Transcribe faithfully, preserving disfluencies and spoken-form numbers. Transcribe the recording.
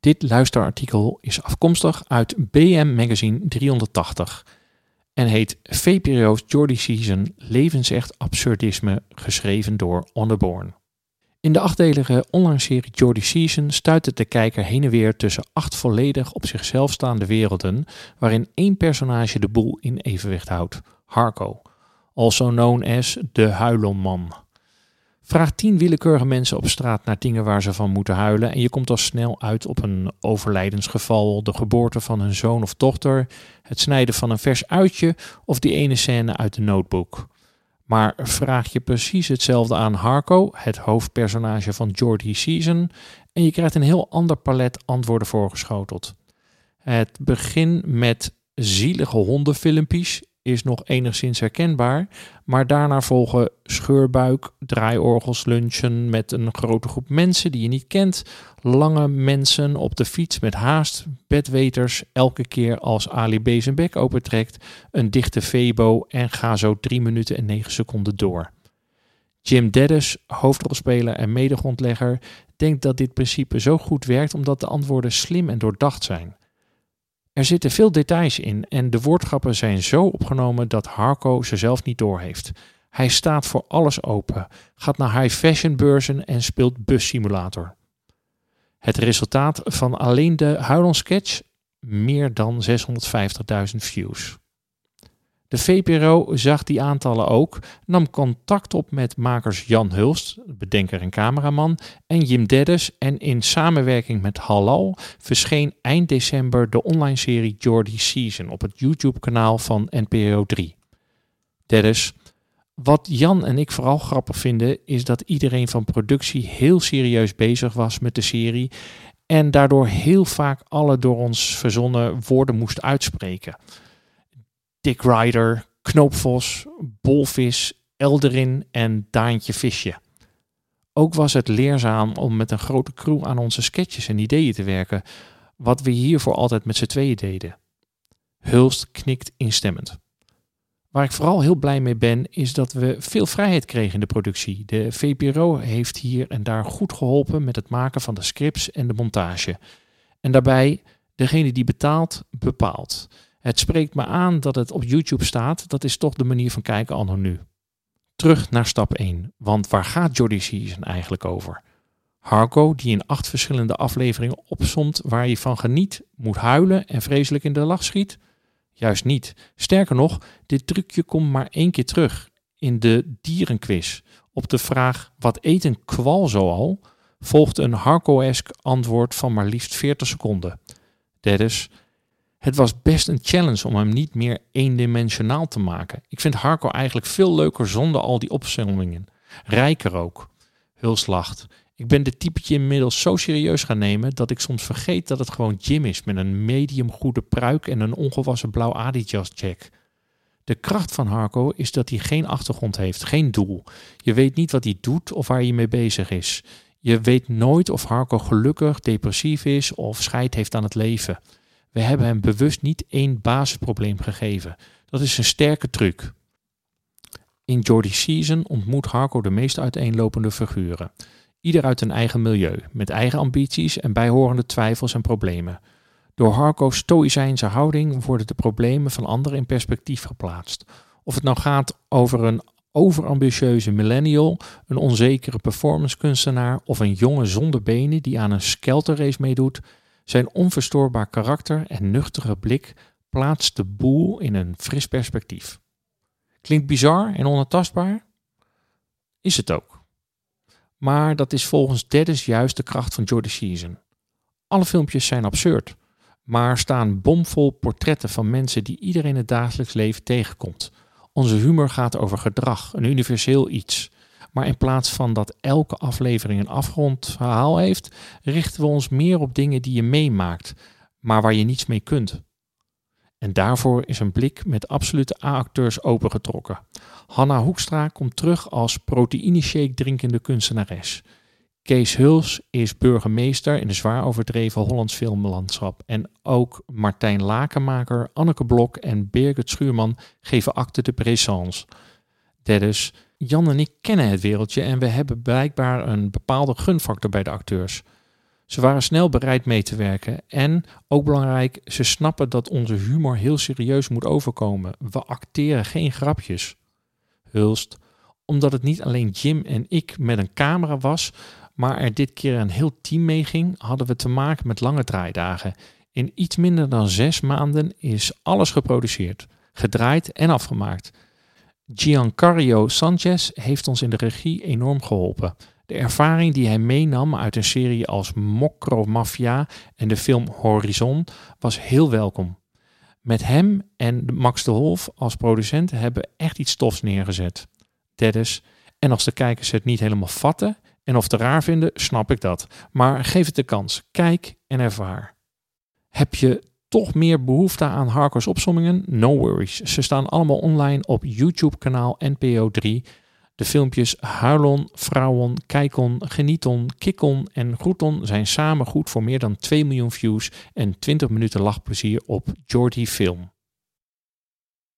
Dit luisterartikel is afkomstig uit B M Magazine driehonderdtachtig en heet V P R O's Geordie Season levensecht absurdisme, geschreven door Onne Born. In de achtdelige online serie Geordie Season stuit het de kijker heen en weer tussen acht volledig op zichzelf staande werelden, waarin één personage de boel in evenwicht houdt, Harco, also known as de Huilonman. Vraag tien willekeurige mensen op straat naar dingen waar ze van moeten huilen en je komt al snel uit op een overlijdensgeval, de geboorte van hun zoon of dochter, het snijden van een vers uitje of die ene scène uit de Notebook. Maar vraag je precies hetzelfde aan Harco, het hoofdpersonage van Geordie Season, en je krijgt een heel ander palet antwoorden voorgeschoteld. Het begin met zielige hondenfilmpjes is nog enigszins herkenbaar, maar daarna volgen scheurbuik, draaiorgels, lunchen met een grote groep mensen die je niet kent, lange mensen op de fiets met haast, bedweters elke keer als Ali B zijn bek opentrekt, een dichte Febo en ga zo drie minuten en negen seconden door. Jim Deddes, hoofdrolspeler en medegrondlegger, denkt dat dit principe zo goed werkt omdat de antwoorden slim en doordacht zijn. Er zitten veel details in en de woordgrappen zijn zo opgenomen dat Harco ze zelf niet doorheeft. Hij staat voor alles open, gaat naar high fashion beurzen en speelt bussimulator. Het resultaat van alleen de Huilon-sketch? Meer dan zeshonderdvijftigduizend views. De V P R O zag die aantallen ook, nam contact op met makers Jan Hulst, bedenker en cameraman, en Jim Deddes en in samenwerking met Halal verscheen eind december de online serie Geordie Season op het YouTube-kanaal van N P R O drie. Deddes: wat Jan en ik vooral grappig vinden is dat iedereen van productie heel serieus bezig was met de serie en daardoor heel vaak alle door ons verzonnen woorden moest uitspreken. Dick Ryder, Knoopvos, Bolvis, Elderin en Daantje Visje. Ook was het leerzaam om met een grote crew aan onze sketches en ideeën te werken, wat we hiervoor altijd met z'n tweeën deden. Hulst knikt instemmend. Waar ik vooral heel blij mee ben, is dat we veel vrijheid kregen in de productie. De V P R O heeft hier en daar goed geholpen met het maken van de scripts en de montage. En daarbij, degene die betaalt, bepaalt. Het spreekt me aan dat het op YouTube staat, dat is toch de manier van kijken anno nu. Terug naar stap één, want waar gaat Geordie Season eigenlijk over? Harco, die in acht verschillende afleveringen opsomt waar je van geniet, moet huilen en vreselijk in de lach schiet? Juist niet. Sterker nog, dit trucje komt maar één keer terug, in de dierenquiz. Op de vraag, wat eet een kwal zoal, volgt een Harco-esk antwoord van maar liefst veertig seconden. Deddes: het was best een challenge om hem niet meer eendimensionaal te maken. Ik vind Harco eigenlijk veel leuker zonder al die opzommingen. Rijker ook. Hulst lacht. Ik ben dit typetje inmiddels zo serieus gaan nemen dat ik soms vergeet dat het gewoon Jim is met een medium goede pruik en een ongewassen blauw Adidas jack. De kracht van Harco is dat hij geen achtergrond heeft, geen doel. Je weet niet wat hij doet of waar hij mee bezig is. Je weet nooit of Harco gelukkig, depressief is of scheid heeft aan het leven. We hebben hem bewust niet één basisprobleem gegeven. Dat is een sterke truc. In Geordie Season ontmoet Harco de meest uiteenlopende figuren. Ieder uit een eigen milieu, met eigen ambities en bijhorende twijfels en problemen. Door Harco's stoïcijnse houding worden de problemen van anderen in perspectief geplaatst. Of het nou gaat over een overambitieuze millennial, een onzekere performancekunstenaar of een jonge zonder benen die aan een skelterrace meedoet, zijn onverstoorbaar karakter en nuchtere blik plaatst de boel in een fris perspectief. Klinkt bizar en onaantastbaar? Is het ook. Maar dat is volgens Deddes juist de kracht van Geordie Season. Alle filmpjes zijn absurd, maar staan bomvol portretten van mensen die iedereen in het dagelijks leven tegenkomt. Onze humor gaat over gedrag, een universeel iets. Maar in plaats van dat elke aflevering een afgerond verhaal heeft, richten we ons meer op dingen die je meemaakt, maar waar je niets mee kunt. En daarvoor is een blik met absolute A-acteurs opengetrokken. Hanna Hoekstra komt terug als proteïneshake drinkende kunstenares. Kees Huls is burgemeester in een zwaar overdreven Hollands filmlandschap. En ook Martijn Lakenmaker, Anneke Blok en Birgit Schuurman geven acte de présence. Deddes: Jan en ik kennen het wereldje en we hebben blijkbaar een bepaalde gunfactor bij de acteurs. Ze waren snel bereid mee te werken en, ook belangrijk, ze snappen dat onze humor heel serieus moet overkomen. We acteren geen grapjes. Hulst, omdat het niet alleen Jim en ik met een camera was, maar er dit keer een heel team meeging, hadden we te maken met lange draaidagen. In iets minder dan zes maanden is alles geproduceerd, gedraaid en afgemaakt. Giancarlo Sanchez heeft ons in de regie enorm geholpen. De ervaring die hij meenam uit een serie als Mocro Mafia en de film Horizon was heel welkom. Met hem en Max de Wolf als producent hebben we echt iets tofs neergezet. Dennis, en als de kijkers het niet helemaal vatten en of te raar vinden, snap ik dat. Maar geef het de kans. Kijk en ervaar. Heb je toch meer behoefte aan hardcore opsommingen? No worries. Ze staan allemaal online op YouTube kanaal N P O drie. De filmpjes Huilon, Vrouwon, Kijkon, Genieton, Kikkon en Groeton zijn samen goed voor meer dan twee miljoen views en twintig minuten lachplezier op Jordy Film.